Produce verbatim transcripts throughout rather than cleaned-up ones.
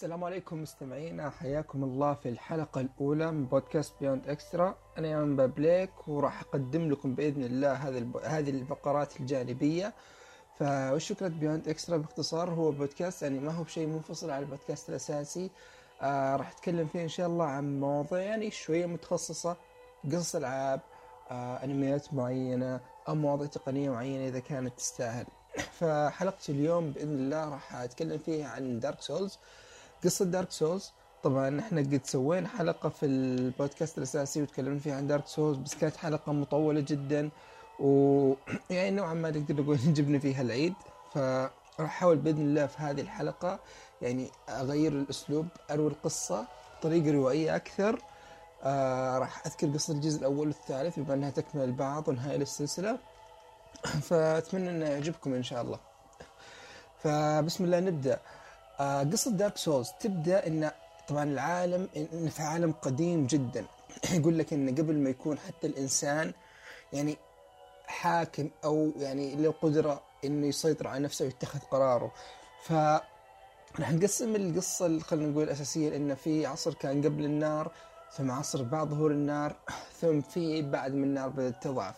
السلام عليكم مستمعينا، حياكم الله في الحلقة الأولى من بودكاست بيوند إكسترا. أنا يانبا بليك وراح أقدم لكم بإذن الله هذه الب... هذه الفقرات الجانبية. فوش فكرة بيوند إكسترا باختصار؟ هو بودكاست يعني ما هو بشيء منفصل عن البودكاست الأساسي. آه راح أتكلم فيه إن شاء الله عن مواضيع يعني شوية متخصصة، قصص ألعاب، آه أنميات معينة أو مواضيع تقنية معينة إذا كانت تستاهل. فحلقة اليوم بإذن الله راح أتكلم فيها عن دارك سولز، قصة دارك سولز. طبعا احنا قد سوينا حلقة في البودكاست الأساسي وتكلمنا فيها عن دارك سولز، بس كانت حلقة مطولة جدا ويعني نوعا ما نقدر نقول جبنا فيها العيد. فراح أحاول بإذن الله في هذه الحلقة يعني أغير الأسلوب، أروي القصة بطريقة روائية أكثر. آه راح أذكر قصة الجزء الأول والثالث بما أنها تكمل البعض ونهاية السلسلة، فأتمنى أن يعجبكم إن شاء الله. فبسم الله نبدأ. آه قصة دارك سولز تبدأ إن طبعا العالم إن في عالم قديم جدا. يقول لك إن قبل ما يكون حتى الإنسان يعني حاكم أو يعني له قدرة إنه يسيطر على نفسه ويتخذ قراره. فرح نقسم القصة اللي خلينا نقول الأساسية، لأن في عصر كان قبل النار، ثم عصر بعد ظهور النار، ثم في بعد من النار بدأت تضعف.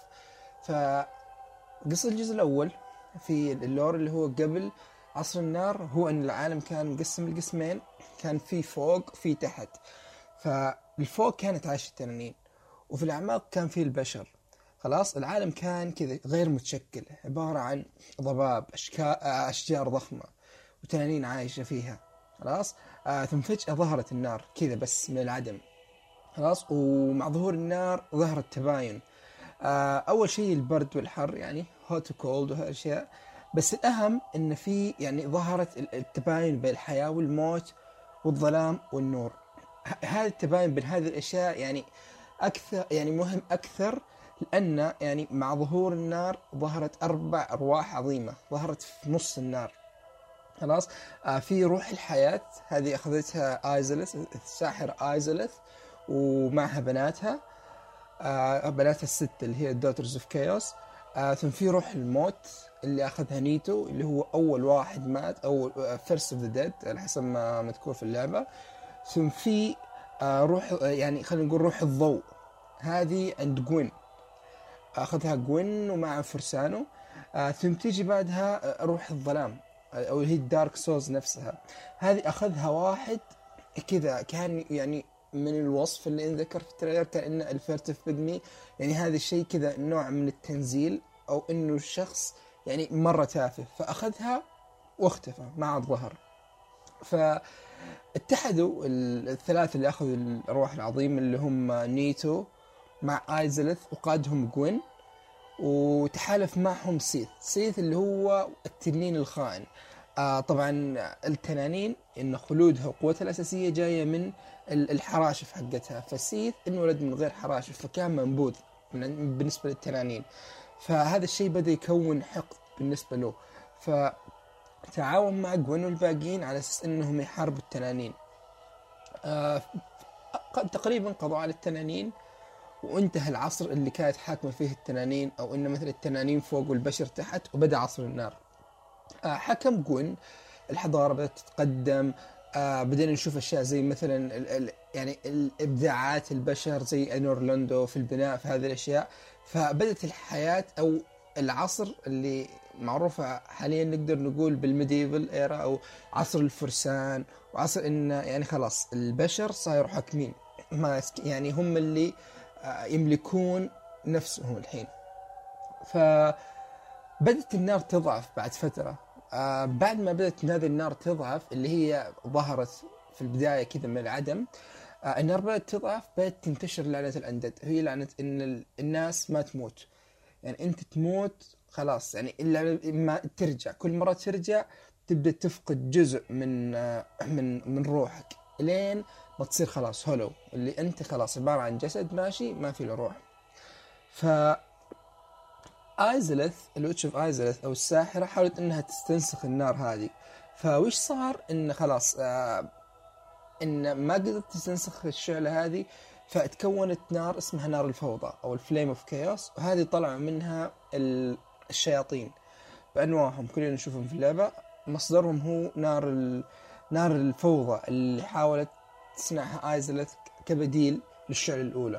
فقصة الجزء الأول في اللور اللي هو قبل عصر النار هو أن العالم كان مقسم لقسمين، كان في فوق في تحت. فالفوق كانت عايشة التنانين، وفي الأعماق كان في البشر. خلاص العالم كان كذا غير متشكل، عبارة عن ضباب، أشكا... أشجار ضخمة وتنانين عايشة فيها. خلاص آه ثم فجأة ظهرت النار كذا بس من العدم. خلاص ومع ظهور النار ظهر التباين. آه أول شيء البرد والحر، يعني hot و cold وهالأشياء. بس الأهم إن في يعني ظهرت التباين بين الحياة والموت والظلام والنور. هذا التباين بين هذه الأشياء يعني أكثر يعني مهم أكثر، لأن يعني مع ظهور النار ظهرت أربع أرواح عظيمة ظهرت في نص النار. خلاص آه في روح الحياة، هذه أخذتها آيزلث الساحر آيزلث ومعها بناتها، آه بناتها الست اللي هي الدوترز اوف كايوس. آه ثم في روح الموت اللي أخذها نيتو اللي هو أول واحد مات، أو فيرست اوف ذا ديد على حسب ما مذكور في اللعبة. ثم في آه روح يعني خلينا نقول روح الضوء، هذه عند جوين، أخذها جوين ومع فرسانو. آه ثم تيجي بعدها روح الظلام أو هي الدارك سولز نفسها، هذه أخذها واحد كذا كان يعني من الوصف اللي انذكر في التريلر كان إنه الفيرتف بيجمي، يعني هذا الشيء كذا نوع من التنزيل أو إنه الشخص يعني مرة تافه، فأخذها واختفى مع الظهر. فاتحدوا الثلاثة اللي أخذوا الأرواح العظيمة اللي هم نيتو مع آيزلث وقادهم جوين، وتحالف معهم سيث سيث اللي هو التنين الخائن. آه طبعا التنانين إن خلودها وقوتها الأساسية جاية من الحراشف حقتها، فسيث انولد من غير حراشف فكان منبوذ بالنسبة للتنانين. فهذا الشيء بدأ يكون حقد بالنسبة له، فتعاون مع جوين والباقيين على أساس أنهم يحاربوا التنانين. آه تقريبا قضوا على التنانين وانتهى العصر اللي كانت حاكمة فيه التنانين، أو إن مثل التنانين فوق والبشر تحت، وبدأ عصر النار. آه حكم جوين، الحضارة بدأت تتقدم. آه بدينا نشوف أشياء زي مثلا ال ال يعني الإبداعات البشر زي أنورلاندو في البناء في هذه الأشياء. فبدأت الحياة أو العصر اللي معروفة حاليا نقدر نقول بالميديفل إيرا أو عصر الفرسان، وعصر إن يعني خلاص البشر صاروا حاكمين، ما يعني هم اللي آه يملكون نفسهم الحين. فبدأت النار تضعف بعد فترة. آه بعد ما بدأت هذه النار تضعف اللي هي ظهرت في البداية كذا من العدم، آه النار بدأت تضعف، بدأت تنتشر لعنة الأندد، هي لعنة إن الناس ما تموت، يعني أنت تموت خلاص يعني إلا ما ترجع، كل مرة ترجع تبدأ تفقد جزء من آه من من روحك لين ما تصير خلاص هولو، اللي أنت خلاص عبارة عن جسد ماشي ما في له روح. ف آيزلث الويتش اوف آيزلث أو الساحرة حاولت إنها تستنسخ النار هذه. فوش صار إن خلاص آه إن ما قدرت تستنسخ الشعلة هذه، فتكونت نار اسمها نار الفوضى أو الفليم اوف كايوس، وهذه طلع منها الشياطين بأنواعهم كلنا نشوفهم في اللعبة. مصدرهم هو نار ال... نار الفوضى اللي حاولت تصنعها آيزلث كبديل للشعلة الأولى.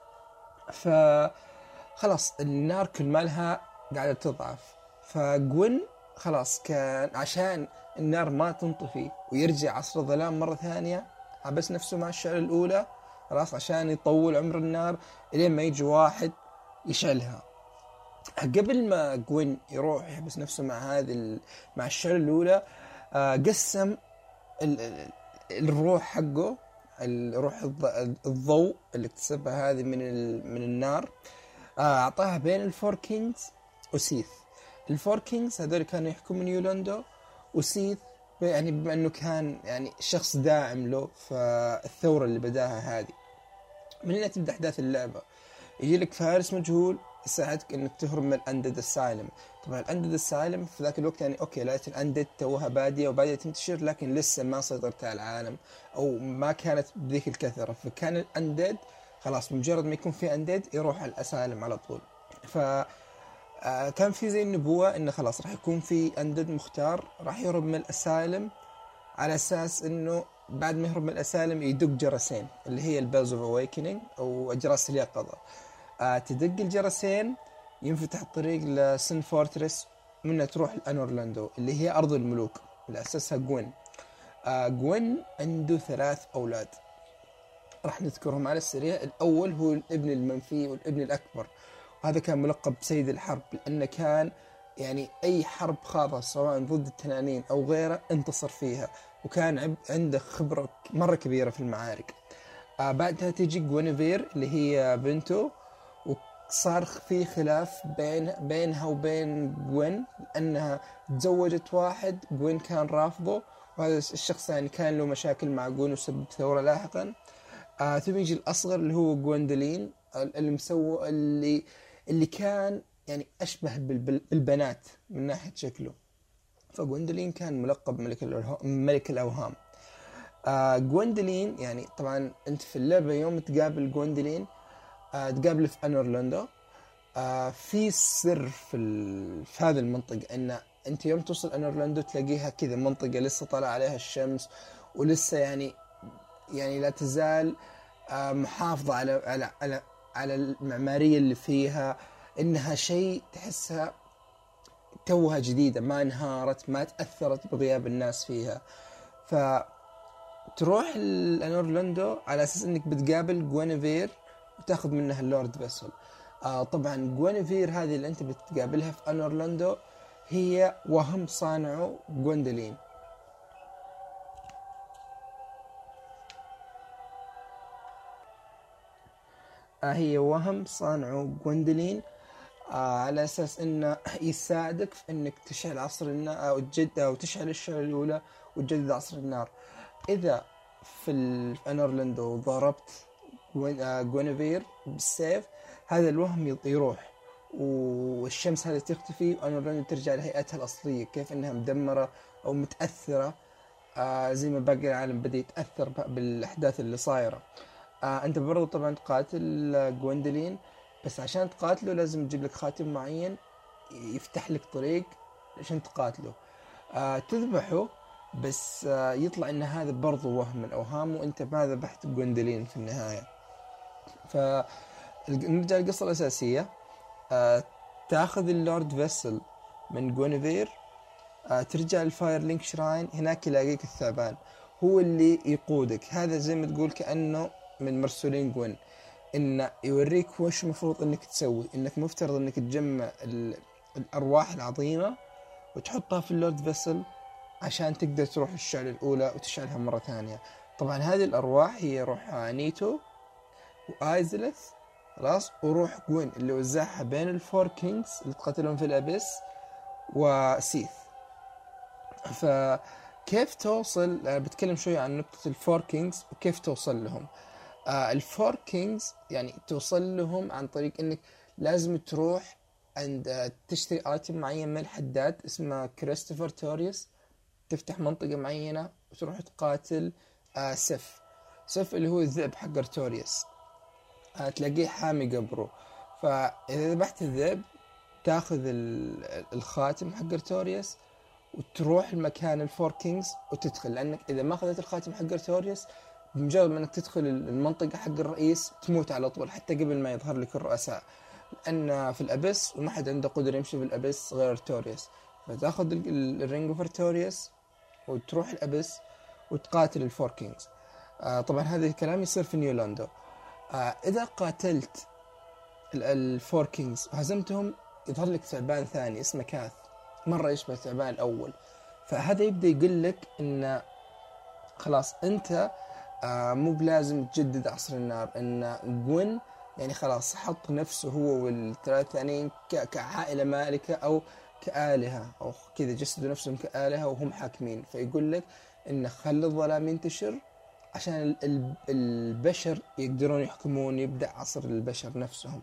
فخلاص النار كل مالها قاعدة تضعف، فجوين خلاص كان عشان النار ما تنطفي ويرجع عصر الظلام مرة ثانية حبس نفسه مع الشعلة الأولى خلاص عشان يطول عمر النار إلين ما يجي واحد يشعلها. قبل ما جوين يروح يحبس نفسه مع هذه مع الشعلة الأولى آه قسم ال... ال... الروح حقه، الروح الضوء اللي اكتسبها هذه من ال... من النار، آه أعطاها بين الفور كينجز وسيث. الفور كينجز هذول كانوا يحكمون نيولاندو، وسيث يعني بما أنه كان يعني شخص داعم له فالثورة اللي بداها هذه. من هنا تبدأ أحداث اللعبة. يجي لك فارس مجهول يساعدك انك تهرب من الاندد السايلم. طبعا الاندد السايلم في ذاك الوقت يعني اوكي لقيت الاندد توها باديه وباديه تنتشر، لكن لسه ما سيطرت على العالم او ما كانت بذيك الكثره، فكان الاندد خلاص مجرد ما يكون في اندد يروح على الاسالم على طول. ف كان في زي النبوه انه خلاص راح يكون في اندد مختار راح يهرب من الاسالم، على اساس انه بعد ما يهرب من الاسالم يدق جرسين اللي هي البيلز اوف اويكنينج او اجراس اليقظه. آه تدق الجرسين ينفتح الطريق لسن فورترس، منها تروح لأنورلاندو اللي هي أرض الملوك اللي أسسها جوين. آه جوين عنده ثلاث أولاد راح نذكرهم على السريع. الأول هو الابن المنفي والابن الأكبر، وهذا كان ملقب بسيد الحرب لأنه كان يعني أي حرب خاضها سواء ضد التنانين أو غيره انتصر فيها، وكان عنده خبرة مرة كبيرة في المعارك. آه بعدها تيجي جوينيفير اللي هي بنته، وصار في خلاف بين بينها وبين جوين لأنها تزوجت واحد جوين كان رافضه، وهذا الشخص يعني كان له مشاكل مع جوين وسبب ثورة لاحقا. آه ثم يجي الأصغر اللي هو جويندولين اللي مسوي اللي اللي كان يعني أشبه بالبنات من ناحية شكله، فجويندولين كان ملقب ملك الأوهام. ملك الأوهام. آه جويندولين يعني طبعا أنت في اللعبة يوم تقابل جويندولين آه تقابله في أنورلاندو. آه في سر في, ال... في هذه المنطقة إن أنت يوم توصل أنورلاندو تلاقيها كذا منطقة لسه طالع عليها الشمس، ولسه يعني يعني لا تزال آه محافظة على على على على المعمارية اللي فيها، إنها شيء تحسها توها جديدة ما انهارت ما تأثرت بغياب الناس فيها. فتروح لأنورلاندو على أساس إنك بتقابل جوينيفير وتاخذ منها اللورد فيسل. آه طبعا جوينيفير هذه اللي انت بتقابلها في أنورلاندو هي وهم صانعه جويندولين. آه هي وهم صانعه جويندولين آه على أساس إنه يساعدك في إنك تشعل عصر النار أو تجد أو تشعل الشعلة الأولى وتجدد عصر النار. إذا في أنورلاندو ضربت جوينيفير بالسيف هذا الوهم يروح والشمس هذه تختفي وأنورلاندو ترجع لهيئتها الأصلية، كيف إنها مدمرة أو متأثرة آه زي ما باقي العالم بدأ يتأثر بالأحداث اللي صايرة. آه أنت برضو طبعا تقاتل جويندولين، بس عشان تقاتله لازم تجيب لك خاتم معين يفتح لك طريق عشان تقاتله. آه تذبحه بس آه يطلع إن هذا برضو وهم من أوهام وأنت ما ذبحت جويندولين في النهاية. فنرجع للقصة الأساسية. آه تأخذ اللورد فيسل من جوينيفير، آه ترجع للفاير لينك شراين، هناك يلاقيك الثعبان هو اللي يقودك. هذا زي ما تقول كأنه من مرسولين جوين، إنه يوريك وش مفروض إنك تسوي. إنك مفترض إنك تجمع الأرواح العظيمة وتحطها في اللورد فيسل عشان تقدر تروح الشعلة الأولى وتشعلها مرة ثانية. طبعا هذه الأرواح هي روح نيتو وآيزلث خلاص، وروح جوين اللي وزعها بين الفور كينجز اللي تقاتلون في الأبيس وسيث. فكيف توصل، بتكلم شوي عن نقطة الفور كينجز وكيف توصل لهم. آه الفور كينجز يعني توصل لهم عن طريق انك لازم تروح عند تشتري آيتم معين من الحداد اسمه كريستوفر توريوس، تفتح منطقة معينة وتروح تقاتل آه سيف سيف اللي هو الذئب حق ارتوريوس. آه تلاقيه حامي قبره، فإذا ذبحت الذئب تاخذ الخاتم حق ارتوريوس وتروح المكان الفور كينجز وتدخل، لأنك إذا ما أخذت الخاتم حق أرتوريوس بمجرد ما أنك تدخل المنطقة حق الرئيس تموت على طول حتى قبل ما يظهر لك الرؤساء، لأن في الأبس وما حد عنده قدر يمشي في الأبس غير أرتوريوس. فتأخذ الرينج اوف أرتوريوس وتروح الأبس وتقاتل الفور كينجز. آه طبعا هذا الكلام يصير في نيولاندو. آه إذا قاتلت الفور كينجز وهزمتهم يظهر لك ثعبان ثاني اسمه كاث، مرة يشبه الثعبان الأول. فهذا يبدأ يقول لك إن خلاص أنت آه مو بلازم تجدد عصر النار، إن جوين يعني خلاص حط نفسه هو والثلاث ثانيين كعائلة مالكة أو كآلهة أو كذا، جسدوا نفسهم كآلهة وهم حاكمين. فيقول لك إن خلي الظلام ينتشر عشان البشر يقدرون يحكمون، يبدأ عصر البشر نفسهم.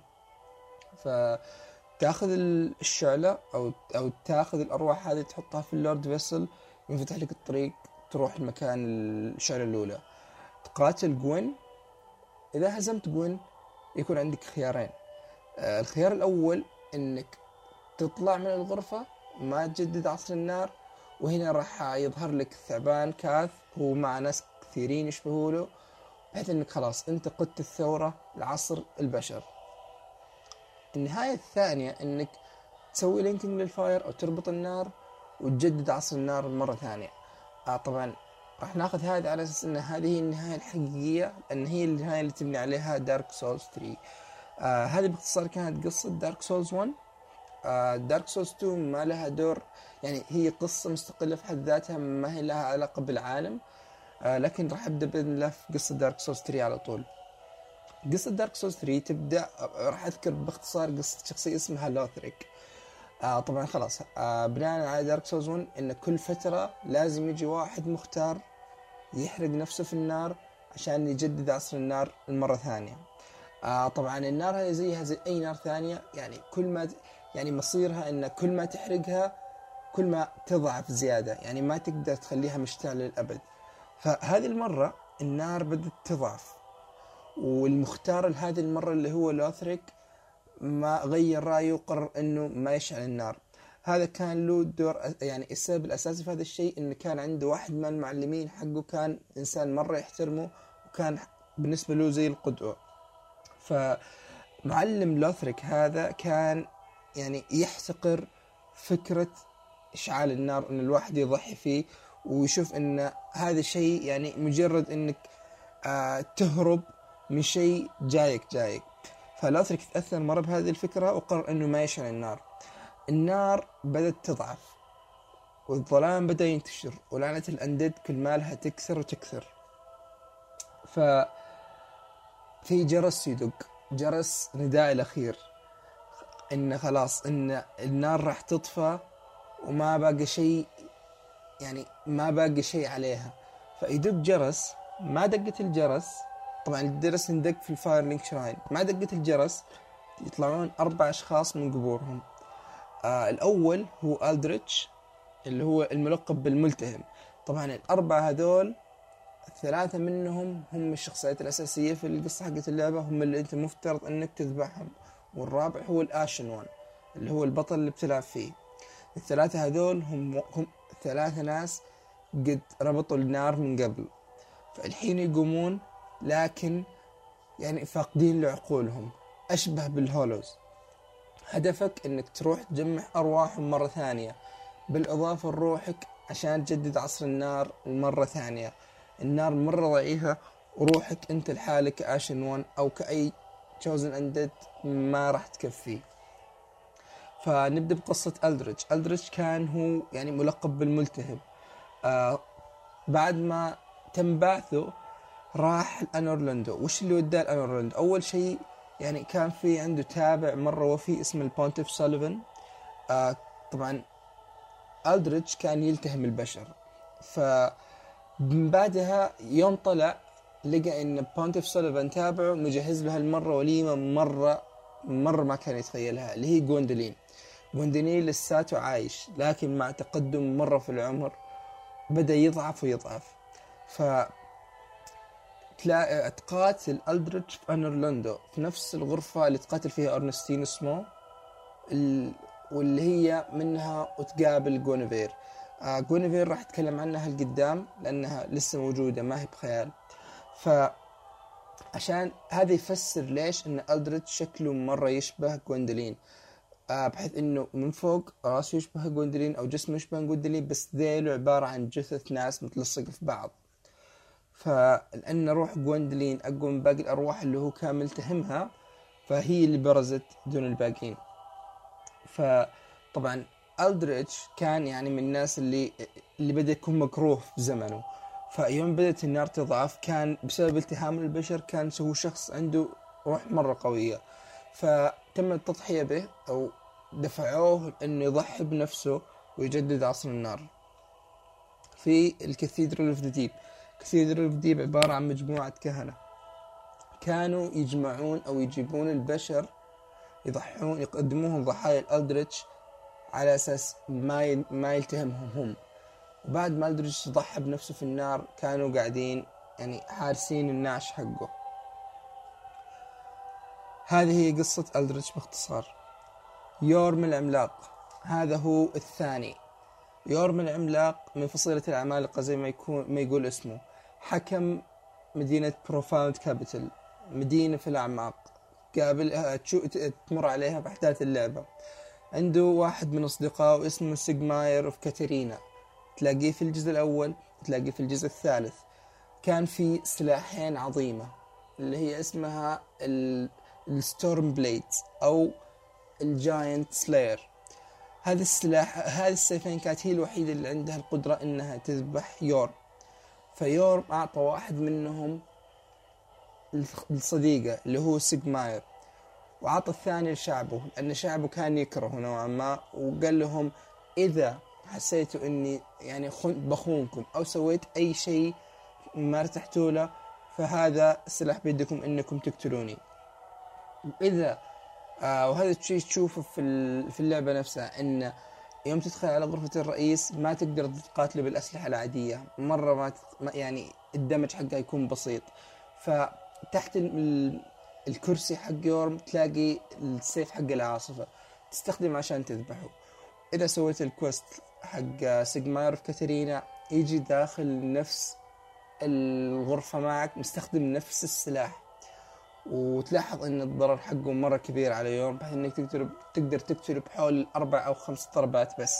فتأخذ الشعلة أو أو تأخذ الأرواح هذه تحطها في اللورد فيسل، ينفتح لك الطريق تروح المكان الشعلة الأولى تقاتل جوين. إذا هزمت جوين يكون عندك خيارين. آه الخيار الأول إنك تطلع من الغرفة ما تجدد عصر النار، وهنا راح يظهر لك ثعبان كاث هو مع ناس كثيرين يشبهوا له، بحيث إنك خلاص أنت قدت الثورة لعصر البشر. النهاية الثانية إنك تسوي لينكينج للفاير أو تربط النار وتجدد عصر النار مرة ثانية. آه طبعا راح ناخذ هذا على أساس إن هذه هي النهاية الحقيقية، لأن هي النهاية اللي تبني عليها دارك سولز ثري. آه هذه باختصار كانت قصة دارك سولز ون. آه دارك سولز تو ما لها دور، يعني هي قصة مستقلة في حد ذاتها ما هي لها علاقة بالعالم. آه لكن راح أبدأ بإذن الله في قصة دارك سولز ثري على طول. قصة دارك سولز ثري تبدأ، راح أذكر باختصار قصة شخصية اسمها لوثريك. آه طبعا خلاص آه بناء على دارك سولز ون إن كل فترة لازم يجي واحد مختار يحرق نفسه في النار عشان يجدد عصر النار المرة ثانية. آه طبعا النار هذه زيها زي أي نار ثانية، يعني كل ما يعني مصيرها إن كل ما تحرقها كل ما تضعف زيادة، يعني ما تقدر تخليها مشتعلة للأبد. فهذه المرة النار بدأت تضعف، والمختار هذه المرة اللي هو لوثريك ما غير رأيه وقرر إنه ما يشعل النار. هذا كان له دور، يعني السبب الأساسي في هذا الشيء إنه كان عنده واحد من المعلمين حقه كان إنسان مرة يحترمه وكان بالنسبة له زي القدوة. فمعلم لوثريك هذا كان يعني يحتقر فكرة إشعال النار، إن الواحد يضحي فيه ويشوف إن هذا شيء يعني مجرد إنك آه تهرب من شيء جايك جايك. فلوثريك تأثر مرة بهذه الفكرة وقرر إنه ما يشعل النار. النار بدأت تضعف والظلام بدأ ينتشر ولعنة الأندد كل مالها تكثر وتكثر. ففي جرس يدق، جرس نداء الأخير إن خلاص إن النار راح تطفى وما باقي شيء، يعني ما باقي شيء عليها. فيدق جرس. ما دقت الجرس، طبعا الجرس ندق في الفاير لينك شراين، ما دقت الجرس يطلعون أربع أشخاص من قبورهم. آه الأول هو ألدريتش اللي هو الملقب بالملتهم. طبعا الأربعة هذول الثلاثة منهم هم الشخصيات الأساسية في القصة حقت اللعبة، هم اللي أنت مفترض أنك تذبحهم. والرابع هو الآشن وان اللي هو البطل اللي بتلعب فيه. الثلاثة هذول هم هم ثلاثة ناس قد ربطوا النار من قبل، فالحين يقومون لكن يعني فاقدين لعقولهم، أشبه بالهولوز. هدفك أنك تروح تجمع أرواحهم مرة ثانية بالإضافة لروحك عشان تجدد عصر النار مرة ثانية. النار مرة ضعيفة وروحك أنت لحالك كآشن وان أو كأي chosen undead ما راح تكفي. فنبدأ بقصة ألدريتش. ألدريتش كان هو يعني ملقب بالملتهب. آه بعد ما تم بعثه راح الأنورلاندو. وش اللي وداه الأنورلاندو؟ أول شيء يعني كان في عنده تابع مرة وفي اسمه البونتيف سوليفان. آه طبعا ألدريتش كان يلتهم البشر. فمن بعدها يوم طلع لقى إن بونتيف سوليفان تابعه مجهز له هالمرة وليمة مرة مرة ما كان يتخيلها، اللي هي جوندولين. جوندولين لساته عايش لكن مع تقدم مرة في العمر بدأ يضعف ويضعف. ف تقاتل ألدريتش في أنورلاندو في نفس الغرفة اللي تقاتل فيها أرنستين سمو، واللي هي منها وتقابل غونيفير. آه غوينيفير راح أتكلم عنها القدام لأنها لسه موجودة ما هي بخيال. فعشان هذا يفسر ليش إن ألدريتش شكله مرة يشبه غويندولين، آه بحيث إنه من فوق راسه يشبه غويندولين أو جسمه يشبه غويندولين، بس ذيله عبارة عن جثث ناس متلصقة في بعض. فلأن روح غويندولين أقوى من باقي الأرواح اللي هو كان ملتهمها، فهي اللي برزت دون الباقين. فطبعا ألدريتش كان يعني من الناس اللي اللي بدأ يكون مكروه في زمنه. فيوم بدأت النار تضعف كان بسبب التهام البشر، كان هو شخص عنده روح مرة قوية، فتم التضحية به أو دفعوه إنه يضحي بنفسه ويجدد عصر النار. في الكاثيدرال اوف ذا ديب، كاثيدرال اوف ذا ديب عبارة عن مجموعة كهنة كانوا يجمعون أو يجيبون البشر يضحون يقدموهم ضحايا الألدريتش على أساس ما ما يلتهمهم هم. وبعد ما ألدريتش ضحى بنفسه في النار كانوا قاعدين يعني حارسين النعش حقه. هذه هي قصة ألدريتش باختصار. يورم العملاق هذا هو الثاني. يورم العملاق من فصيلة العمالقة زي ما يكون ما يقول اسمه. حكم مدينة بروفاوند كابيتال، مدينة في الأعماق، قابل تمر عليها بأحداث اللعبة. عنده واحد من أصدقائه اسمه سيغماير أوف كاترينا، تلاقيه في الجزء الأول تلاقيه في الجزء الثالث. كان في سلاحين عظيمة اللي هي اسمها الستورم بليد أو الجاينت سلاير. هذا السلاح هذه السيفين كانت هي الوحيدة اللي عندها القدرة إنها تذبح يورم. فيورم أعطى واحد منهم لصديقه اللي هو سيغماير، وعطى الثاني لشعبه لأن شعبه كان يكرهه نوعا ما، وقال لهم إذا حسيتوا إني يعني بخونكم أو سويت أي شيء ما ارتحتوا له فهذا السلاح بيدكم إنكم تقتلوني. إذا آه وهذا الشيء تشوفه في في اللعبة نفسها، إن يوم تدخل على غرفة الرئيس ما تقدر تقاتله بالأسلحة العادية مرة، ما يعني الدمج حقها يكون بسيط. فتحت الكرسي حق يورم تلاقي السيف حق العاصفة تستخدم عشان تذبحه. إذا سويت الكوست حق سيغماير في كاترينا يجي داخل نفس الغرفة معك مستخدم نفس السلاح، وتلاحظ ان الضرر حقه مرة كبير على يورم بحيث انك تقدر تقدر تقتله بحول اربع او خمس ضربات بس.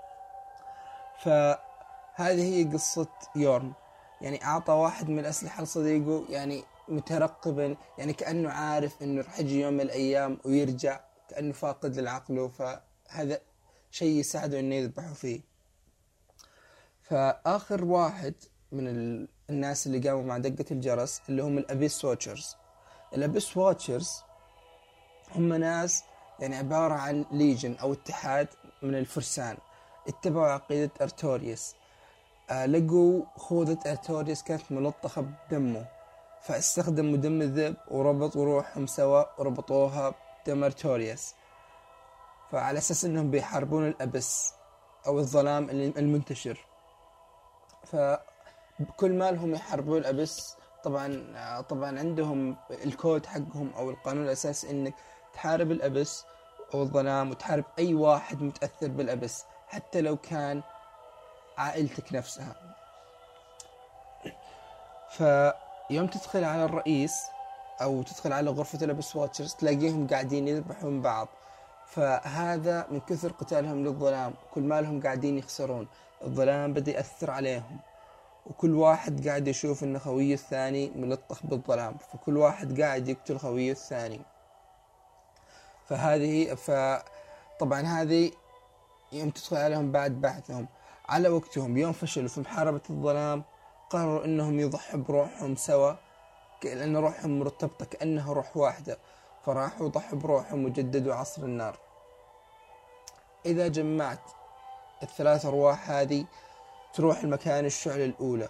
فهذه هي قصة يورم. يعني اعطى واحد من الاسلحة لصديقه يعني مترقبا، يعني كأنه عارف انه رح يجي يوم من الايام ويرجع، كأنه فاقد للعقل، فهذا شيء يساعده انه يذبحه فيه. فاخر واحد من الناس اللي قاموا مع دقة الجرس اللي هم الابيس واتشرز. الابيس واتشرز هم ناس يعني عبارة عن ليجن او اتحاد من الفرسان اتبعوا عقيدة ارتوريوس. آه لقوا خوذة ارتوريوس كانت ملطخة بدمه، فاستخدموا دم الذئب وربطوا روحهم سوا وربطوها بدم ارتوريوس، فعلى اساس انهم بيحاربون الابس او الظلام المنتشر. فكل ما لهم يحاربون الابس طبعا طبعا عندهم الكود حقهم او القانون الاساسي انك تحارب الابس او الظلام وتحارب اي واحد متاثر بالابس حتى لو كان عائلتك نفسها. فيوم تدخل على الرئيس او تدخل على غرفة الابس واتشرز تلاقيهم قاعدين يذبحون بعض، فهذا من كثر قتالهم للظلام كل ما لهم قاعدين يخسرون، الظلام بدأ يأثر عليهم وكل واحد قاعد يشوف ان خويه الثاني ملطخ بالظلام، فكل واحد قاعد يقتل خويه الثاني. فهذه فطبعا هذه يوم تدخل عليهم بعد بحثهم على وقتهم يوم فشلوا في محاربة الظلام قرروا انهم يضحوا بروحهم سوا لان روحهم مرتبطة كأنها روح واحدة، فراحوا ضحوا بروحهم وجددوا عصر النار. اذا جمعت الثلاث ارواح هذه تروح المكان الشعلة الأولى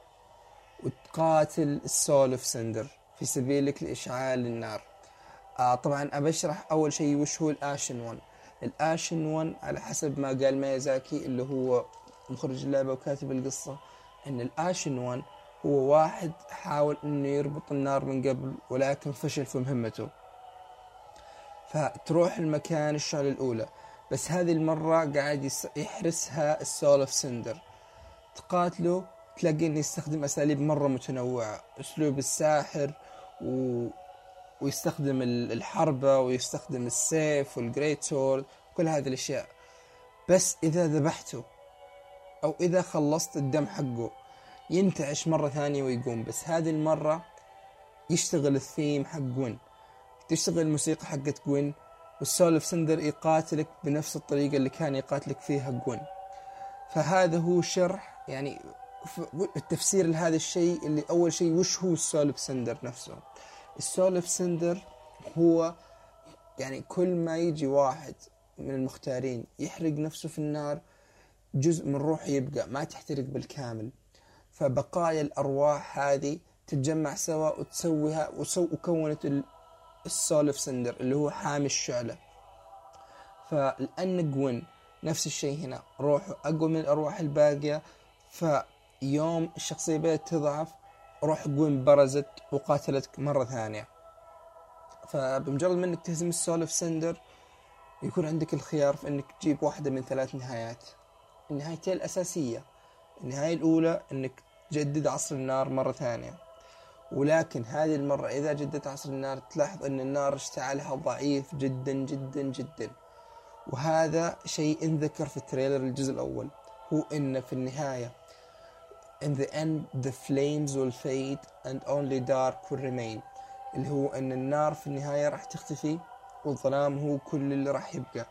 وتقاتل السول اوف سندر في سبيلك لإشعال النار. آه طبعا أبشرح أول شيء وش هو الآشن ون. الآشن ون على حسب ما قال ميازاكي اللي هو مخرج اللعبة وكاتب القصة، إن الآشن ون هو واحد حاول إنه يربط النار من قبل ولكن فشل في مهمته. فتروح المكان الشعلة الأولى بس هذه المرة قاعد يحرسها السول اوف سندر. تقاتله تلاقي انه يستخدم اساليب مرة متنوعة، اسلوب الساحر و... ويستخدم الحربة ويستخدم السيف والجريت سورد، كل هذه الاشياء. بس اذا ذبحته او اذا خلصت الدم حقه ينتعش مرة ثانية ويقوم. بس هذه المرة يشتغل الثيم حق جوين، تشتغل الموسيقى حقت جوين، والسول اوف سندر يقاتلك بنفس الطريقة اللي كان يقاتلك فيها جوين. فهذا هو شرح يعني التفسير لهذا الشيء. اللي أول شيء وش هو السول اوف سندر نفسه؟ السول اوف سندر هو يعني كل ما يجي واحد من المختارين يحرق نفسه في النار، جزء من روحه يبقى ما تحترق بالكامل، فبقايا الأرواح هذه تتجمع سوا وتسويها وسو وكونت السول اوف سندر اللي هو حامي الشعلة. فلأن جوين نفس الشيء هنا، روحه أقوى من الأرواح الباقية، فيوم الشخصية بدأت تضعف روح جوين برزت وقاتلتك مرة ثانية. فبمجرد ما انك تهزم السول اوف سندر يكون عندك الخيار في انك تجيب واحدة من ثلاث نهايات. النهايتين الأساسية، النهاية الأولى انك تجدد عصر النار مرة ثانية، ولكن هذه المرة إذا جددت عصر النار تلاحظ أن النار اشتعالها ضعيف جدا جدا جدا. وهذا شيء انذكر في التريلر الجزء الأول، هو إن في النهاية in the end the flames will fade and only dark will remain، اللي هو أن النار في النهاية راح تختفي والظلام هو كل اللي راح يبقى.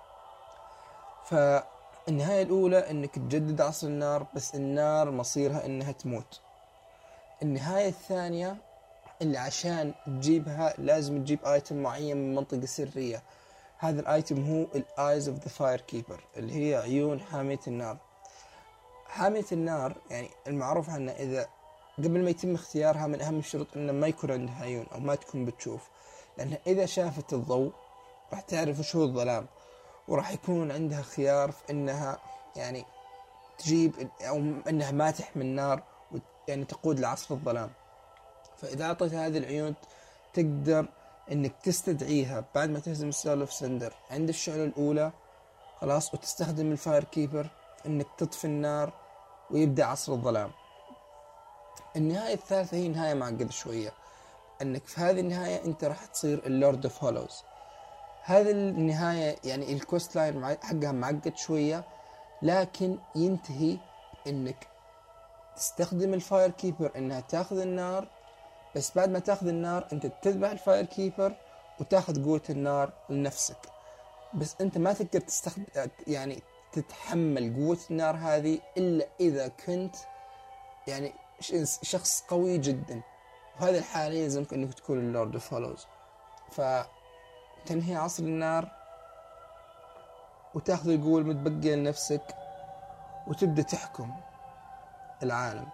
فالنهاية الأولى أنك تجدد عصر النار، بس النار مصيرها أنها تموت. النهاية الثانية اللي عشان تجيبها لازم تجيب آيتم معين من منطقة سرية. هذا الآيتم هو الآيز اوف ذا فاير كيبر، اللي هي عيون حامية النار. حامية النار يعني المعروف عنها إذا قبل ما يتم اختيارها من أهم الشروط إنه ما يكون عندها عيون أو ما تكون بتشوف، لأنها إذا شافت الضوء راح تعرف وش هو الظلام، وراح يكون عندها خيار في إنها يعني تجيب أو إنها ما تحمي النار يعني تقود لعصر الظلام. فإذا أعطيت هذه العيون تقدر إنك تستدعيها بعد ما تهزم السول اوف سندر عند الشعلة الأولى خلاص، وتستخدم الفاير كيبر إنك تطفي النار ويبدأ عصر الظلام. النهاية الثالثة هي نهاية معقدة شوية، إنك في هذه النهاية أنت راح تصير اللورد اوف هولوز. هذه النهاية يعني الكوست لاين حقها معقد شوية، لكن ينتهي إنك تستخدم الفاير كيبر إنها تأخذ النار، بس بعد ما تأخذ النار أنت تذبح الفاير كيبر وتأخذ قوة النار لنفسك. بس أنت ما تقدر تستخدم يعني تتحمل قوة النار هذه إلا إذا كنت يعني شخص قوي جدا، وهذه الحالة يلزمك أنك تكون اللورد اوف هولوز. فتنهي عصر النار وتأخذ القوة المتبقية لنفسك وتبدأ تحكم العالم.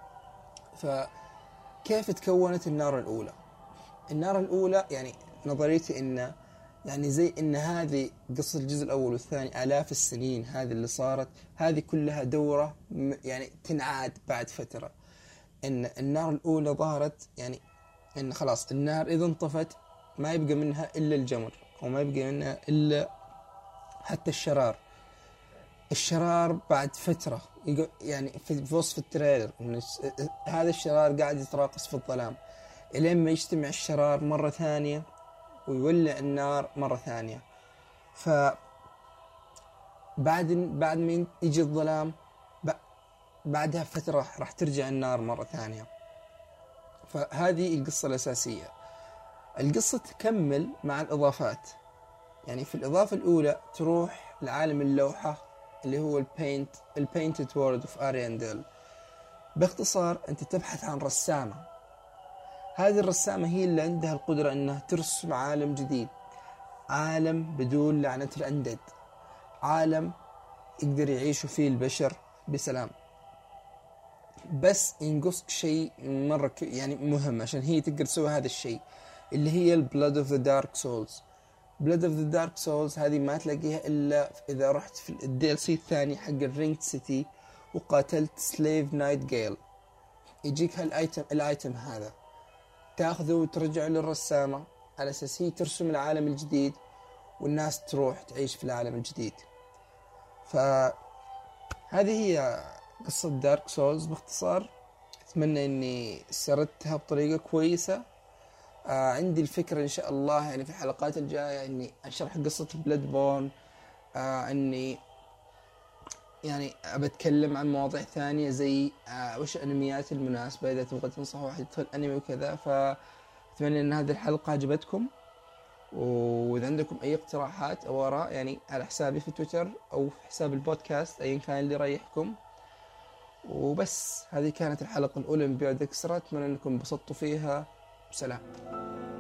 فكيف تكونت النار الأولى؟ النار الأولى يعني نظريتي إنه يعني زي إن هذه قصة الجزء الأول والثاني آلاف السنين هذه اللي صارت، هذه كلها دورة يعني تنعاد بعد فترة. إن النار الأولى ظهرت يعني إن خلاص النار إذا انطفت ما يبقى منها إلا الجمر، أو ما يبقى منها إلا حتى الشرار. الشرار بعد فترة يعني في وصف التريلر إن هذا الشرار قاعد يتراقص في الظلام إلين ما يجتمع الشرار مرة ثانية ويولع النار مرة ثانية. فبعد بعد ما يجي الظلام بعدها فترة راح ترجع النار مرة ثانية. فهذه القصة الأساسية. القصة تكمل مع الإضافات. يعني في الإضافة الأولى تروح لعالم اللوحة اللي هو البينت البينتد وورد اوف أرياندل. باختصار أنت تبحث عن رسامة. هذه الرسامة هي اللي عندها القدرة أنها ترسم عالم جديد، عالم بدون لعنة الأندد، عالم يقدر يعيشوا فيه البشر بسلام. بس ينقصك شيء مرة يعني مهم عشان هي تقدر تسوي هذا الشيء، اللي هي البلاد اوف ذا دارك سولز. بلاد اوف ذا دارك سولز هذه ما تلاقيها إلا إذا رحت في الدي ال سي الثاني حق الرينج سيتي وقاتلت سليف نايت جيل. يجيك هالايتم الايتم هذا تاخذه وترجع للرسامة على أساس هي ترسم العالم الجديد، والناس تروح تعيش في العالم الجديد. فهذه هي قصة دارك سولز باختصار. أتمنى أني سردتها بطريقة كويسة. آه عندي الفكرة إن شاء الله يعني في الحلقات الجاية إني أشرح قصة بلاد بورن، آه إني يعني بتكلم عن مواضيع ثانية زي آه وش الأنميات المناسبة إذا تبغى تنصح واحد يدخل أنمي وكذا. فأتمنى أن هذه الحلقة عجبتكم، وإذا عندكم أي اقتراحات أو آراء يعني على حسابي في تويتر أو في حساب البودكاست أي كان اللي يريحكم. وبس هذه كانت الحلقة الأولى من بيود إكسترا، أتمنى أنكم انبسطتوا فيها. سلام.